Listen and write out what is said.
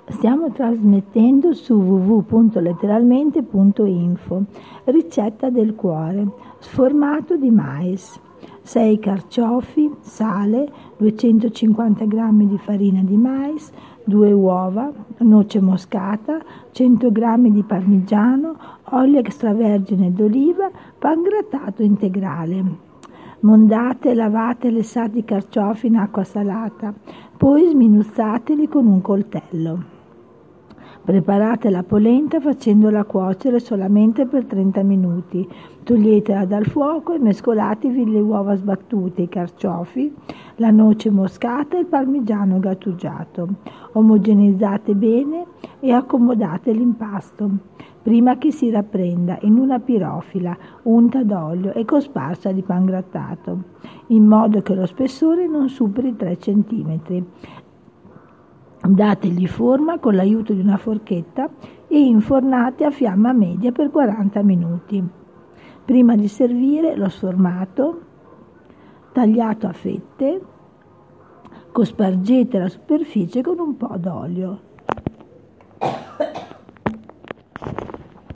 Stiamo trasmettendo su www.letteralmente.info. Ricetta del cuore: sformato di mais, 6 carciofi, sale, 250 g di farina di mais, 2 uova, noce moscata, 100 g di parmigiano, olio extravergine d'oliva, pangrattato integrale. Mondate, lavate e lessate i carciofi in acqua salata, poi sminuzzateli con un coltello. Preparate la polenta facendola cuocere solamente per 30 minuti. Toglietela dal fuoco e mescolatevi le uova sbattute, i carciofi, la noce moscata e il parmigiano grattugiato. Omogenizzate bene e accomodate l'impasto, prima che si rapprenda, in una pirofila unta d'olio e cosparsa di pangrattato, in modo che lo spessore non superi 3 cm. Dategli forma con l'aiuto di una forchetta e infornate a fiamma media per 40 minuti. Prima di servire, lo sformato, tagliato a fette, cospargete la superficie con un po' d'olio.